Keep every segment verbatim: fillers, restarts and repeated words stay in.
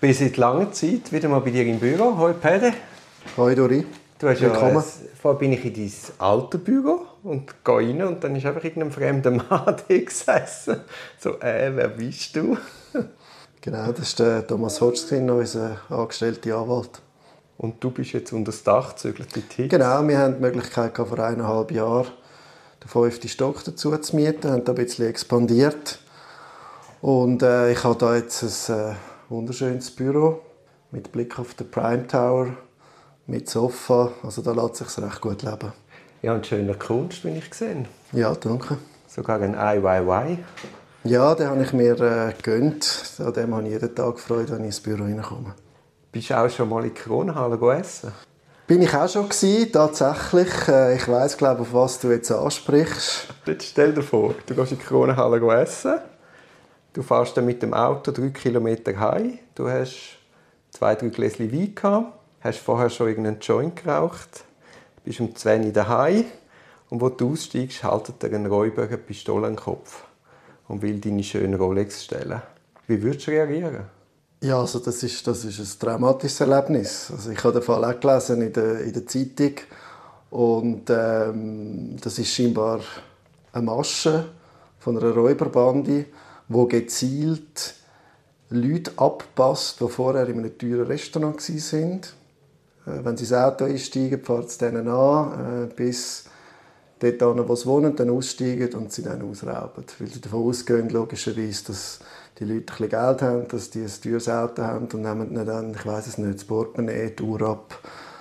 bin seit langer Zeit wieder mal bei dir im Büro. Hoi Pede. Hoi Dori. Du hast ja, vorher bin ich in dein altes Büro und gehe rein und dann ist einfach irgendein fremder Mann da gesessen. So, äh, wer bist du? Genau, das ist der Thomas Hodgkin, unser angestellter Anwalt. Und du bist jetzt unter das Dach gezügelt in Hitz? Genau, wir hatten die Möglichkeit vor eineinhalb Jahren den fünften Stock dazu zu mieten, haben da ein bisschen expandiert. Und äh, ich habe da jetzt ein äh, wunderschönes Büro mit Blick auf den Prime Tower, mit Sofa. Also da lässt es sich recht gut leben. Ja, und schöner Kunst, wie ich gesehen. Ja, danke. Sogar ein I Y Y. Ja, den habe ich mir äh, gegönnt. An dem habe ich jeden Tag Freude, wenn ich ins Büro reinkomme. Bist du auch schon mal in die Kronhalle essen? Bin ich auch schon gewesen, tatsächlich. Äh, ich weiss, glaube auf was du jetzt ansprichst. Jetzt stell dir vor, du gehst in die Kronhalle essen. Du fährst dann mit dem Auto drei Kilometer heim. Du hast zwei, drei Gläschen Wein gehabt. Hast vorher schon irgendeinen Joint geraucht. Bist um zwei Uhr daheim. Und wo du aussteigst, haltet dir ein Räuber eine Pistole in den Kopf und will deine schöne Rolex stellen. Wie würdest du reagieren? Ja, also das ist, das ist ein dramatisches Erlebnis. Also ich habe den Fall auch gelesen in der, in der Zeitung. Und ähm, das ist scheinbar eine Masche von einer Räuberbande, die gezielt Leute abpasst, die vorher in einem teuren Restaurant waren. Äh, wenn sie ins Auto einsteigen, fahren sie denen an, äh, bis dort an, wo sie wohnen, dann aussteigen und sie dann ausrauben. Weil sie davon ausgehen, logischerweise, dass die Leute ein bisschen Geld haben, dass die ein teures Auto haben und nehmen dann, dann ich weiss es nicht, das Portemonnaie, die Uhr ab.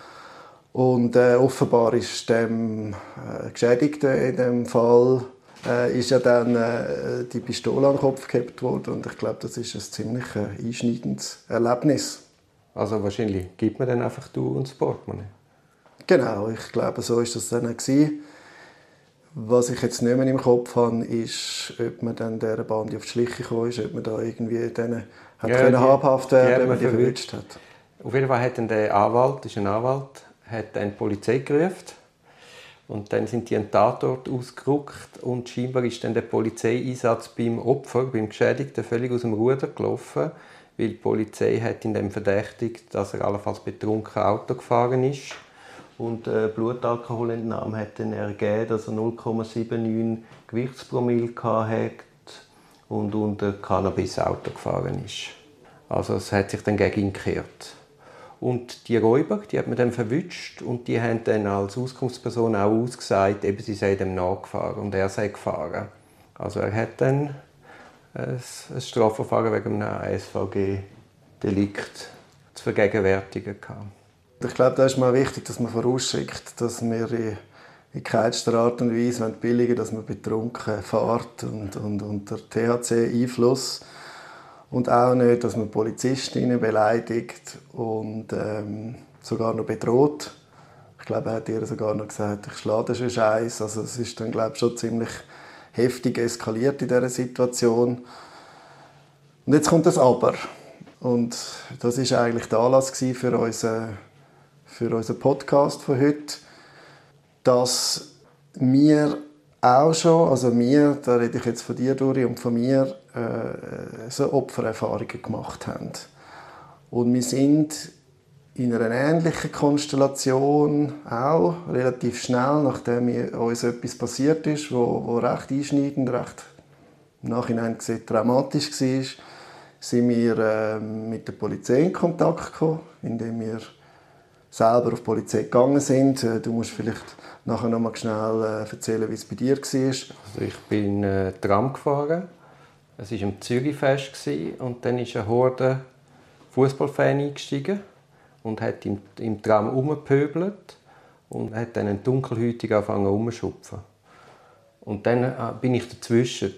Und äh, offenbar ist dem äh, Geschädigten in dem Fall äh, ist ja dann äh, die Pistole an den Kopf gehabt worden und ich glaube, das ist ein ziemlich äh, einschneidendes Erlebnis. Also wahrscheinlich gibt man dann einfach du und das Portemonnaie? Genau, ich glaube, so war das dann gewesen. Was ich jetzt nicht mehr im Kopf habe, ist, ob man dann dieser Bande auf die Schliche gekommen ist, ob man da irgendwie denen hat ja, können die, habhaft werden, die wenn man die verwünscht hat. Auf jeden Fall hat dann der Anwalt, das ist ein Anwalt, hat dann die Polizei gerufen und dann sind die an den Tatort ausgerückt und scheinbar ist dann der Polizeieinsatz beim Opfer, beim Geschädigten, völlig aus dem Ruder gelaufen, weil die Polizei hat ihn dann verdächtigt, dass er allenfalls betrunken Auto gefahren ist. Und äh, Blutalkoholentnahme hat dann ergeben, dass er null Komma neunundsiebzig Gewichtspromille hatte und unter Cannabis-Auto gefahren ist. Also es hat sich dann gegen ihn gekehrt. Und die Räuber, die hat man dann verwünscht und die haben dann als Auskunftsperson auch ausgesagt, eben sie sei dem nachgefahren und er sei gefahren. Also er hat dann ein, ein Strafverfahren wegen einem S V G-Delikt zu vergegenwärtigen gehabt. Ich glaube, da ist mal wichtig, dass man vorausschickt, dass wir in, in keinster Art und Weise billigen, dass man betrunken fährt und, und unter T H C-Einfluss. Und auch nicht, dass man Polizistinnen beleidigt und ähm, sogar noch bedroht. Ich glaube, er hat ihr sogar noch gesagt, ich schlage schon Scheiß. Also es ist dann, glaube ich, schon ziemlich heftig eskaliert in dieser Situation. Und jetzt kommt das Aber. Und das ist eigentlich der Anlass für unseren für unseren Podcast von heute, dass wir auch schon, also wir, da rede ich jetzt von dir, Dori, und von mir, äh, so Opfererfahrungen gemacht haben. Und wir sind in einer ähnlichen Konstellation auch relativ schnell, nachdem uns etwas passiert ist, wo, wo recht einschneidend, recht im Nachhinein gesehen dramatisch war, sind wir äh, mit der Polizei in Kontakt gekommen, indem wir selber auf die Polizei gegangen sind. Du musst vielleicht nachher noch mal schnell erzählen, wie es bei dir war. Also ich bin äh, Tram gefahren. Es war am Zürichfest und dann ist eine Horde Fußballfan eingestiegen und hat im, im Tram herumgepöbelt und hat dann einen Dunkelhäutigen angefangen herumzuschupfen. Und dann äh, bin ich dazwischen.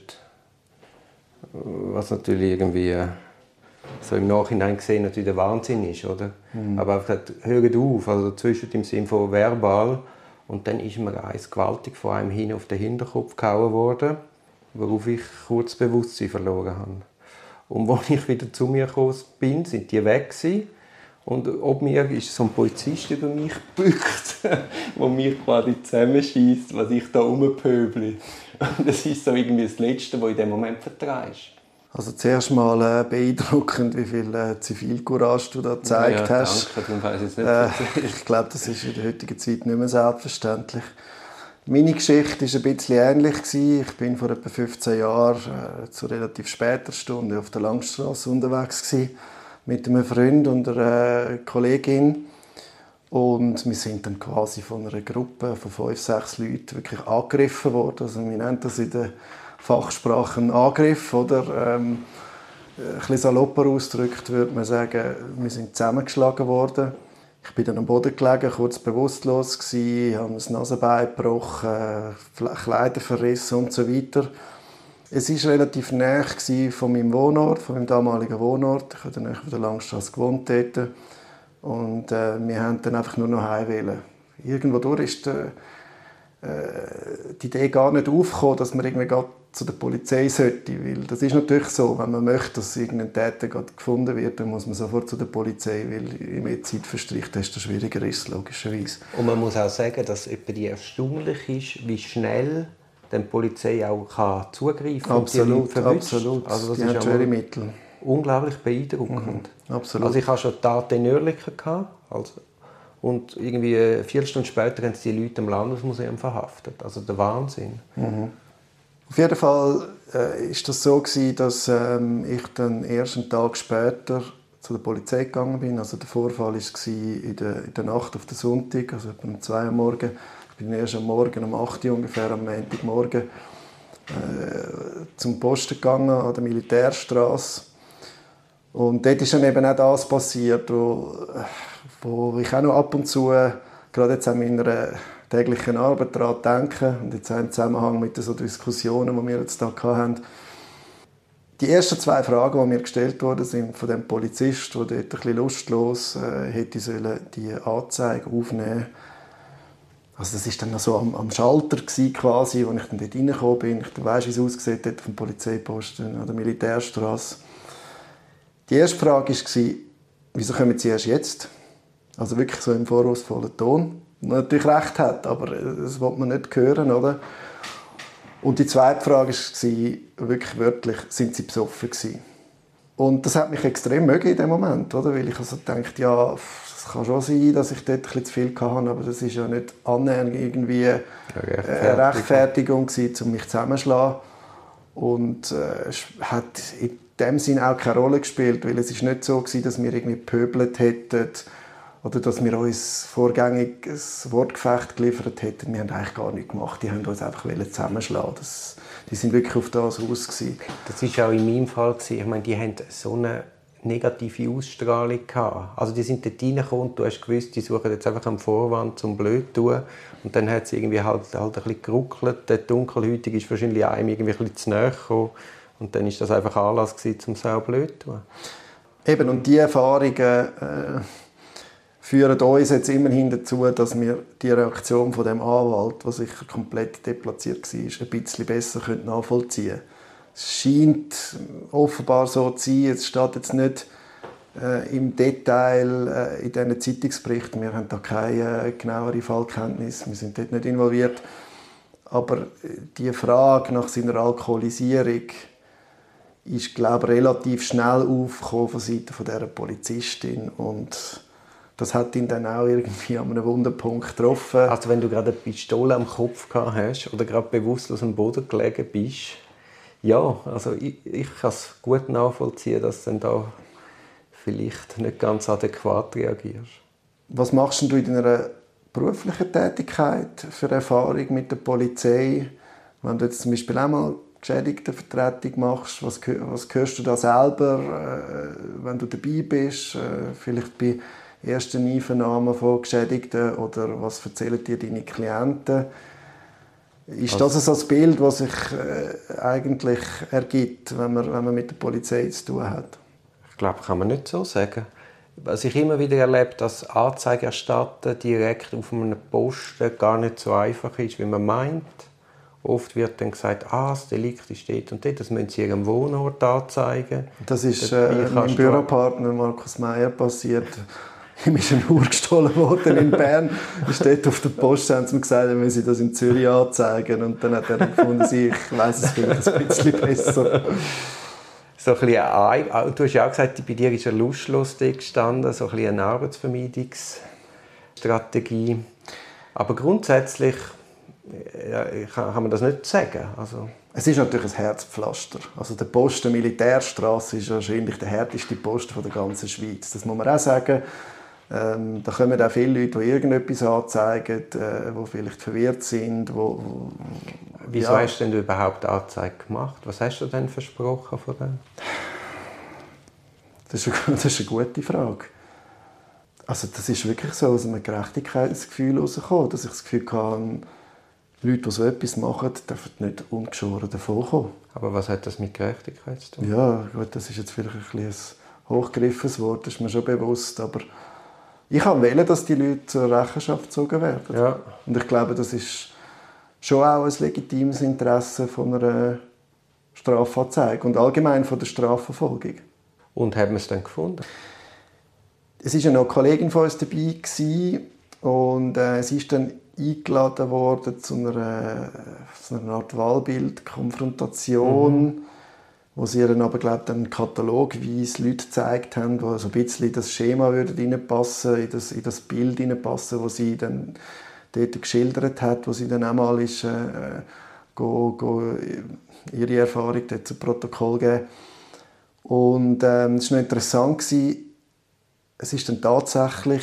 Was natürlich irgendwie äh, so im Nachhinein gesehen natürlich der Wahnsinn ist, oder? Mhm. Aber einfach hört auf, also dazwischen im Sinne von verbal. Und dann ist mir eins gewaltig von einem hin auf den Hinterkopf gehauen worden, worauf ich kurz das Bewusstsein verloren habe. Und als ich wieder zu mir gekommen bin, sind die weg gewesen. Und ob mir ist so ein Polizist über mich gebückt, der mich quasi zusammenschießt, was ich da rumpöble. Und das ist so irgendwie das Letzte, was in dem Moment vertreibst. Also zuerst mal äh, beeindruckend, wie viel äh, Zivilcourage du da gezeigt ja, hast. Danke, darum weiss ich, nicht äh, ich glaube, das ist in der heutigen Zeit nicht mehr selbstverständlich. Meine Geschichte war ein bisschen ähnlich. Ich bin vor etwa fünfzehn Jahren äh, zu relativ später Stunde auf der Langstrasse unterwegs gewesen, mit einem Freund und einer Kollegin. Und wir sind dann quasi von einer Gruppe von fünf, sechs Leuten wirklich angegriffen worden. Also wir nennen das in der Fachsprache einen Angriff. Oder? Ähm, ein bisschen salopper ausgedrückt würde man sagen, wir sind zusammengeschlagen worden. Ich bin dann am Boden gelegen, kurz bewusstlos gsi, habe das Nasenbein gebrochen, Kleider verrissen und so weiter. Es war relativ nahe von meinem Wohnort, von meinem damaligen Wohnort. Ich habe dann auf der Langstrasse gewohnt dort. Und äh, wir haben dann einfach nur noch heim wollen. Irgendwo durch ist die, äh, die Idee gar nicht aufgekommen, dass man irgendwie zu der Polizei sollte. Weil das ist natürlich so, wenn man möchte, dass irgendein Täter gefunden wird, dann muss man sofort zu der Polizei, weil je mehr Zeit verstricht, desto schwieriger ist es logischerweise. Und man muss auch sagen, dass es erstaunlich ist, wie schnell die Polizei auch kann zugreifen kann. Absolut, absolut. Also das die ist haben schwere Mittel. Unglaublich beeindruckend. Mhm, absolut. Also ich hatte schon Tat in Oerlikon also und irgendwie eine Viertelstunde später haben sie die Leute im Landesmuseum verhaftet. Also der Wahnsinn. Mhm. Auf jeden Fall äh, ist das so gewesen, dass ähm, ich dann erst einen Tag später zu der Polizei gegangen bin. Also der Vorfall war in der, in der Nacht auf den Sonntag, also etwa um zwei Uhr morgens. Ich bin erst am Morgen, um acht Uhr ungefähr, am Montagmorgen äh, zum Posten gegangen, an der Militärstraße. Und dort ist dann eben auch das passiert, wo, wo ich auch noch ab und zu, gerade jetzt an meiner täglichen Arbeit daran denke, und jetzt auch im Zusammenhang mit den so Diskussionen, die wir jetzt hier hatten. Die ersten zwei Fragen, die mir gestellt wurden, sind von dem Polizist, der dort ein bisschen lustlos äh, hätte sollen, die Anzeige aufnehmen. Also das war dann noch so am, am Schalter gewesen, quasi, als ich dann dort reingekommen bin. Ich weiss, wie es aussieht dort auf dem Polizeiposten an der Militärstraße. Die erste Frage war, wieso kommen Sie erst jetzt? Also wirklich so im vorwurfsvollen Ton. Man natürlich recht hat, aber das will man nicht hören, oder? Und die zweite Frage war wirklich wörtlich, sind Sie besoffen gewesen? Und das hat mich extrem mögen in dem Moment, oder? Weil ich also dachte, ja, es kann schon sein, dass ich dort ein bisschen zu viel hatte, aber das ist ja nicht annähernd irgendwie eine Rechtfertigung gewesen, um mich zusammenzuschlagen. Und äh, es hat in dem Sinne auch keine Rolle gespielt, weil es ist nicht so gewesen, dass wir irgendwie gepöbelt hätten oder dass wir uns vorgängig ein Wortgefecht geliefert hätten. Wir haben eigentlich gar nichts gemacht. Die haben uns einfach zusammenschlagen. Das, die sind wirklich auf das aus gewesen. Das war auch in meinem Fall. Ich meine, die hatten so eine negative Ausstrahlung gehabt. Also die sind dort reingekommen und du hast gewusst, die suchen jetzt einfach einen Vorwand zum blöd zu tun. Und dann hat es irgendwie halt, halt ein bisschen geruckelt. Der Dunkelhäutige ist wahrscheinlich einem irgendwie ein bisschen zu nahe gekommen. Und dann war das einfach Anlass gewesen, um es auch blöd zu tun. Eben, und diese Erfahrungen äh, führen uns jetzt immerhin dazu, dass wir die Reaktion von dem Anwalt, die sicher komplett deplatziert war, ein bisschen besser nachvollziehen können. Es scheint offenbar so zu sein, es steht jetzt nicht äh, im Detail äh, in diesen Zeitungsberichten, wir haben da keine äh, genauere Fallkenntnis, wir sind dort nicht involviert, aber die Frage nach seiner Alkoholisierung ist, glaube ich, relativ schnell aufgekommen von Seiten von dieser Polizistin und das hat ihn dann auch irgendwie an einem Wunderpunkt getroffen. Also wenn du gerade eine Pistole am Kopf gehabt hast oder gerade bewusstlos am Boden gelegen bist, ja, also ich, ich kann es gut nachvollziehen, dass du dann da vielleicht nicht ganz adäquat reagierst. Was machst du in deiner beruflichen Tätigkeit für Erfahrung mit der Polizei? Wenn du jetzt zum Beispiel auch mal Geschädigtenvertretung machst, was, was hörst du da selber, äh, wenn du dabei bist? Äh, vielleicht bei ersten Einvernahmen von Geschädigten oder was erzählen dir deine Klienten? Ist das so das Bild, das sich äh, eigentlich ergibt, wenn man, wenn man mit der Polizei zu tun hat? Ich glaube, kann man nicht so sagen. Was ich immer wieder erlebe, dass Anzeige erstatten direkt auf einem Posten gar nicht so einfach ist, wie man meint. Oft wird dann gesagt, ah, das Delikt ist dort und dort, das müssen Sie Ihrem Wohnort anzeigen. Das ist äh, meinem Büropartner Markus Meyer passiert. Ihm ist eine Uhr gestohlen worden in Bern. Er steht auf der Post, haben sie mir gesagt, er müsse das in Zürich anzeigen. Und dann hat er gefunden, ich weiss es vielleicht ein bisschen besser. so ein bisschen ein, du hast ja auch gesagt, bei dir ist ein Lustschluss gestanden, so ein bisschen eine Arbeitsvermeidungsstrategie. Aber grundsätzlich ja, kann man das nicht sagen. Also es ist natürlich ein Herzpflaster. Also der Posten Militärstraße ist wahrscheinlich der härteste Posten der ganzen Schweiz. Das muss man auch sagen. Ähm, da kommen auch viele Leute, die irgendetwas anzeigen, äh, die vielleicht verwirrt sind. Wo, wo, Wieso ja. hast du denn überhaupt Anzeige gemacht? Was hast du denn versprochen von dem? Das ist, eine, das ist eine gute Frage. Also das ist wirklich so aus einem Gerechtigkeitsgefühl herausgekommen, dass ich das Gefühl hatte, Leute, die so etwas machen, dürfen nicht ungeschoren davonkommen. Aber was hat das mit Gerechtigkeit zu tun? Ja, gut, das ist jetzt vielleicht ein, ein hochgegriffenes Wort, das ist mir schon bewusst, aber ich wollte, dass die Leute zur Rechenschaft gezogen werden. Ja. Und ich glaube, das ist schon auch ein legitimes Interesse von einer Strafanzeige und allgemein von der Strafverfolgung. Und haben wir es dann gefunden? Es war ja noch eine Kollegin von uns dabei und äh, sie ist dann eingeladen worden zu einer, zu einer Art Wahlbildkonfrontation, mhm. wo sie ihr dann aber, glaube ich, einen Katalogweise Leute gezeigt haben, die so ein bisschen in das Schema reinpassen, in das, in das Bild reinpassen, das sie dann dort geschildert hat, wo sie dann einmal ist, äh, go, go ihre Erfahrung dort zu Protokoll geben. Und ähm, es war noch interessant, es ist dann tatsächlich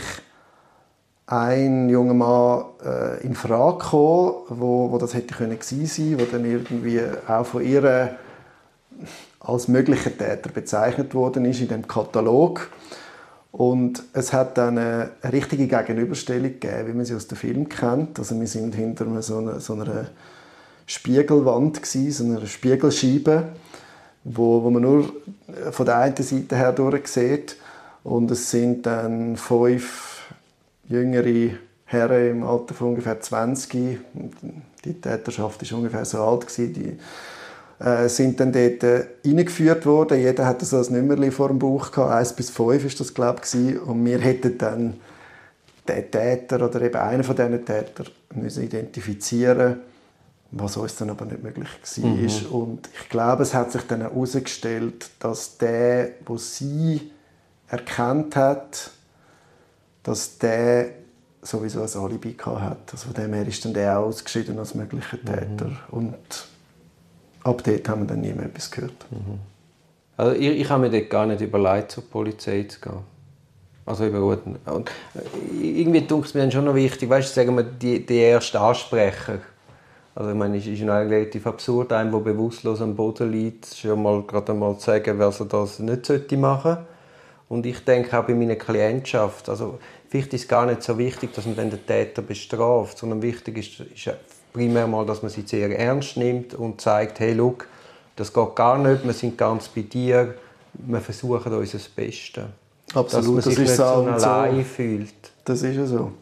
ein junger Mann äh, in Frage gekommen, wo, wo das hätte können gewesen sein, wo dann irgendwie auch von ihr als möglicher Täter bezeichnet worden ist in dem Katalog. Und es hat dann eine, eine richtige Gegenüberstellung gegeben, wie man sie aus dem Film kennt. Also wir sind hinter so einer, so einer Spiegelwand gewesen, so einer Spiegelscheibe, wo, wo man nur von der einen Seite her durch sieht. Und es sind dann fünf jüngere Herren im Alter von ungefähr zwanzig. Die Täterschaft war ungefähr so alt gewesen. Die äh, sind dann dort äh, eingeführt worden. Jeder hatte so ein Nummerchen vor dem Bauch gehabt. eins bis fünf war das, glaube ich. Und wir hätten dann den Täter oder eben einen von diesen Tätern müssen identifizieren, was uns dann aber nicht möglich war. Mhm. Und ich glaube, es hat sich dann herausgestellt, dass der, den sie erkannt hat, dass der sowieso ein Alibi hatte. Also von dem her ist dann der auch ausgeschieden als möglicher Täter. Mhm. Und ab dort haben wir dann nie mehr etwas gehört. Mhm. Also ich, ich habe mir dort gar nicht überlegt, zur Polizei zu gehen. Also über und irgendwie denke es mir dann schon noch wichtig, weißt du, sagen wir, die, die ersten Ansprecher. Also ich meine, es ist relativ absurd, einem, der bewusstlos am Boden liegt, schon mal gerade einmal zu sagen, wer so das nicht machen sollte. Und ich denke auch bei meiner Klientschaft, also vielleicht ist es gar nicht so wichtig, dass man dann den Täter bestraft, sondern wichtig ist, ist primär mal, dass man sie sehr ernst nimmt und zeigt, hey, schau, das geht gar nicht, wir sind ganz bei dir, wir versuchen unser Bestes. Absolut, dass man sich das ist nicht so so allein fühlt. Das ist ja so.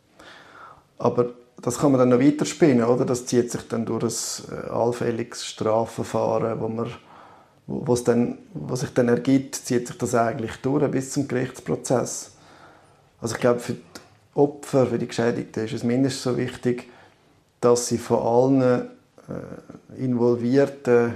Aber das kann man dann noch weiterspinnen, oder? Das zieht sich dann durch ein allfälliges Strafverfahren, wo man Was, dann, was sich dann ergibt, zieht sich das eigentlich durch bis zum Gerichtsprozess. Also ich glaube, für die Opfer, für die Geschädigten ist es mindestens so wichtig, dass sie von allen äh, involvierten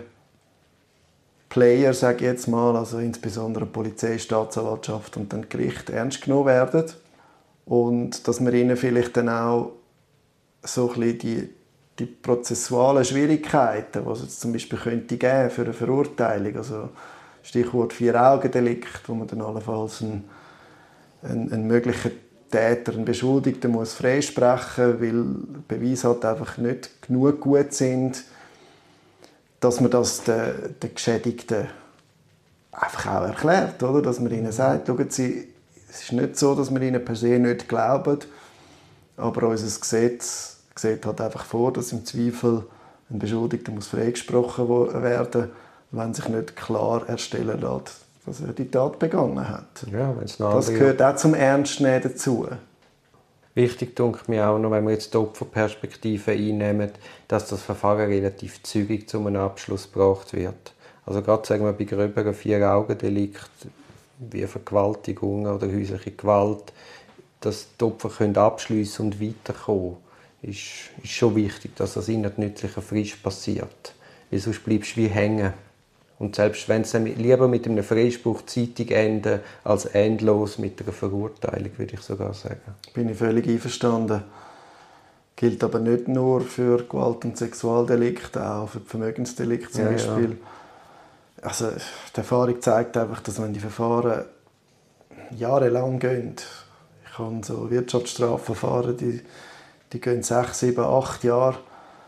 Player, sage ich jetzt mal, also insbesondere Polizei, Staatsanwaltschaft und dann Gericht ernst genommen werden und dass man ihnen vielleicht dann auch so ein bisschen die die prozessualen Schwierigkeiten, die es jetzt zum Beispiel könnte geben für eine Verurteilung, also Stichwort Vier-Augen-Delikt, wo man dann allenfalls einen, einen, einen möglichen Täter, einen Beschuldigten muss freisprechen, weil Beweise halt einfach nicht genug gut sind, dass man das den, den Geschädigten einfach auch erklärt, oder? Dass man ihnen sagt, schauen Sie, es ist nicht so, dass wir ihnen per se nicht glauben, aber unser Gesetz sieht halt einfach vor, dass im Zweifel ein Beschuldigter muss freigesprochen werden, wenn sich nicht klar erstellen lässt, dass er die Tat begangen hat. Ja, wenn's das gehört auch zum Ernstnehmen dazu. Wichtig denke mir auch noch, wenn wir jetzt die Opferperspektive einnehmen, dass das Verfahren relativ zügig zu einem Abschluss gebracht wird. Also gerade sagen wir bei gröberen Vier-Augen-Delikt wie Vergewaltigung oder häusliche Gewalt, dass die Opfer abschliessen und weiterkommen. Ist, ist schon wichtig, dass das innerhalb nützlicher Frist passiert. Weil sonst bleibst du wie hängen. Und selbst wenn es lieber mit einem Freispruch zeitig enden, als endlos mit einer Verurteilung, würde ich sogar sagen. Bin ich völlig einverstanden. Gilt aber nicht nur für Gewalt- und Sexualdelikte, auch für Vermögensdelikte zum ja, Beispiel. Ja. Also, die Erfahrung zeigt einfach, dass wenn die Verfahren jahrelang gehen, ich habe so Wirtschaftsstrafverfahren, die, die gehen sechs, sieben, acht Jahre.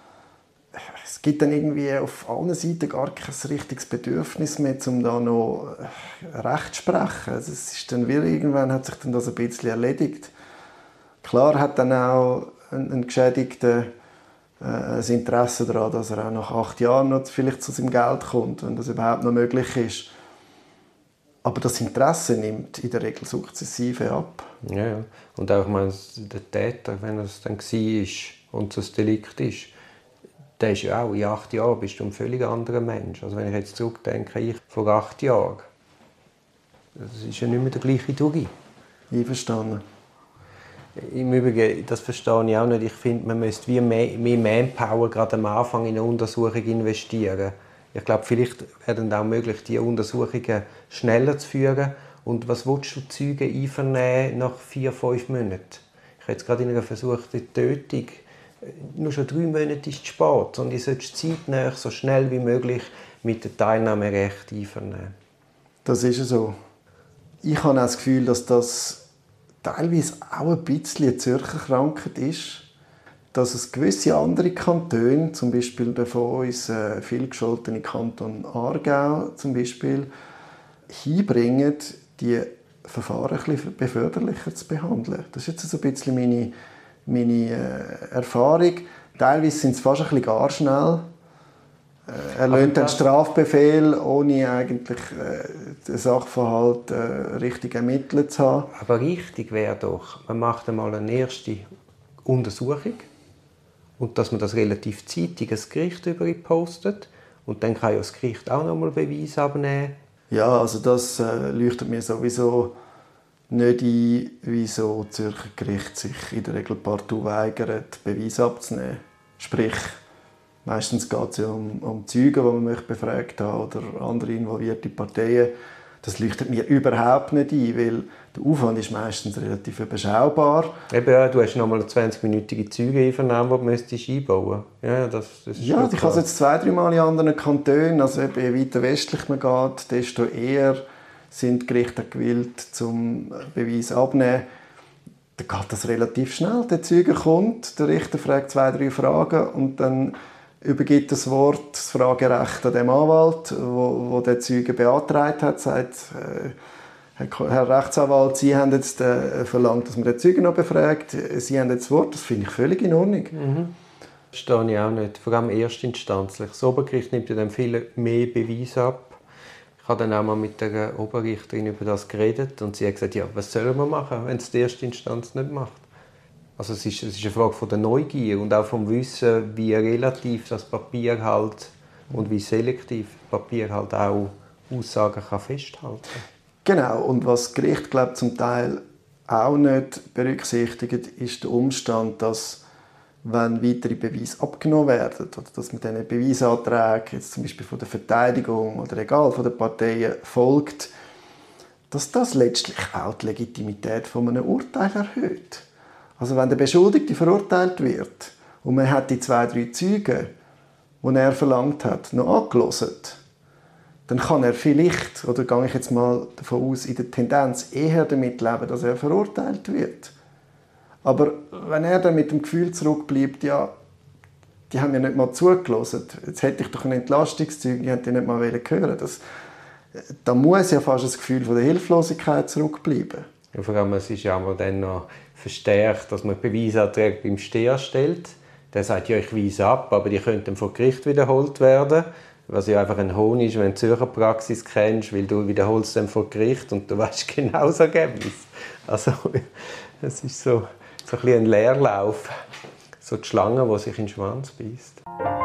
Es gibt dann irgendwie auf allen Seiten gar kein richtiges Bedürfnis mehr, um da noch Recht zu sprechen. Also es ist dann wieder, irgendwann hat sich dann das ein bisschen erledigt. Klar hat dann auch ein, ein Geschädigter äh, ein Interesse daran, dass er auch nach acht Jahren noch vielleicht zu seinem Geld kommt, wenn das überhaupt noch möglich ist. Aber das Interesse nimmt in der Regel sukzessive ab. Ja, ja. Und auch, ich meine, der Täter, wenn er es dann war und es ein Delikt ist, der ist ja auch, in acht Jahren bist du ein völlig anderer Mensch. Also wenn ich jetzt zurückdenke, ich vor acht Jahren, das ist ja nicht mehr der gleiche Dugi. Einverstanden. Im Übrigen, das verstehe ich auch nicht. Ich finde, man müsste wie mehr, mehr Manpower gerade am Anfang in eine Untersuchung investieren. Ich glaube, vielleicht wäre dann auch möglich, diese Untersuchungen schneller zu führen. Und was willst du Zeugen einvernehmen nach vier, fünf Monaten? Ich habe jetzt gerade in einer versuchten Tötung, nur schon drei Monate ist zu spät. Und ich sollte zeitnah so schnell wie möglich mit dem Teilnahmerecht einvernehmen. Das ist so. Ich habe auch das Gefühl, dass das teilweise auch ein bisschen eine Zürcher Krankheit ist, dass es gewisse andere Kantone, zum Beispiel der von uns äh, viel gescholtene Kanton Aargau zum Beispiel, hinbringen, die Verfahren ein bisschen beförderlicher zu behandeln. Das ist jetzt so ein bisschen meine, meine äh, Erfahrung. Teilweise sind es fast ein bisschen gar schnell. Äh, er löhnt den Strafbefehl, ohne eigentlich äh, den Sachverhalt äh, richtig ermittelt zu haben. Aber richtig wäre doch, man macht einmal eine erste Untersuchung und dass man das relativ zeitig ins Gericht postet und dann kann ja das Gericht auch noch mal Beweis abnehmen. Ja, also das äh, leuchtet mir sowieso nicht ein, wieso das Zürcher Gericht sich in der Regel partout weigert, Beweise abzunehmen. Sprich, meistens geht es ja um, um Zeugen, die man befragt haben oder andere involvierte Parteien. Das leuchtet mir überhaupt nicht ein, weil der Aufwand ist meistens relativ überschaubar. Eben, ja, du hast noch mal eine zwanzig-minütige Zeugeneinvernahme, die du einbauen müsstest. Ja, das, das ist ja, ich habe es jetzt zwei, drei Mal in anderen Kantonen. Also eben, je weiter westlich man geht, desto eher sind die Gerichte gewillt, zum Beweis abzunehmen. Dann geht das relativ schnell. Der Zeuge kommt, der Richter fragt zwei, drei Fragen und dann übergibt das Wort, das Fragerecht an dem Anwalt, wo, wo der Zeuge beantragt hat, sagt, äh, Herr Rechtsanwalt, Sie haben jetzt äh, verlangt, dass man den Zeugen noch befragt. Sie haben jetzt das Wort, das finde ich völlig in Ordnung. Mhm. Das verstehe ich auch nicht, vor allem erstinstanzlich. Das Obergericht nimmt ja dann viel mehr Beweise ab. Ich habe dann auch mal mit der Oberrichterin über das geredet und sie hat gesagt, ja, was sollen wir machen, wenn es die erste Instanz nicht macht? Also es ist, es ist eine Frage von der Neugier und auch vom Wissen, wie relativ das Papier halt und wie selektiv Papier halt auch Aussagen kann festhalten kann. Genau, und was das Gericht, glaube ich, zum Teil auch nicht berücksichtigt, ist der Umstand, dass, wenn weitere Beweise abgenommen werden, oder dass mit diesen Beweisanträgen, jetzt zum Beispiel von der Verteidigung oder egal von den Parteien, folgt, dass das letztlich auch die Legitimität von einem Urteil erhöht. Also wenn der Beschuldigte verurteilt wird und man hat die zwei, drei Zeugen, die er verlangt hat, noch angehört, dann kann er vielleicht, oder gehe ich jetzt mal davon aus, in der Tendenz eher damit leben, dass er verurteilt wird. Aber wenn er dann mit dem Gefühl zurückbleibt, ja, die haben mir nicht mal zugelassen, jetzt hätte ich doch ein Entlastungszeug, die hätten die nicht mal hören. Das, da muss ja fast das Gefühl von der Hilflosigkeit zurückbleiben. Ja, vor allem, es ist ja auch dann noch verstärkt, dass man Beweisanträge beim Steher stellt. Der sagt, ja, ich weise ab, aber die könnten vor Gericht wiederholt werden. Was ja einfach ein Hohn ist, wenn du die Zürcher Praxis kennst, weil du wiederholst dann vor Gericht und du weißt genau das Ergebnis. Also, es ist so, so ein bisschen ein Leerlauf. So die Schlange, die sich in den Schwanz beißt.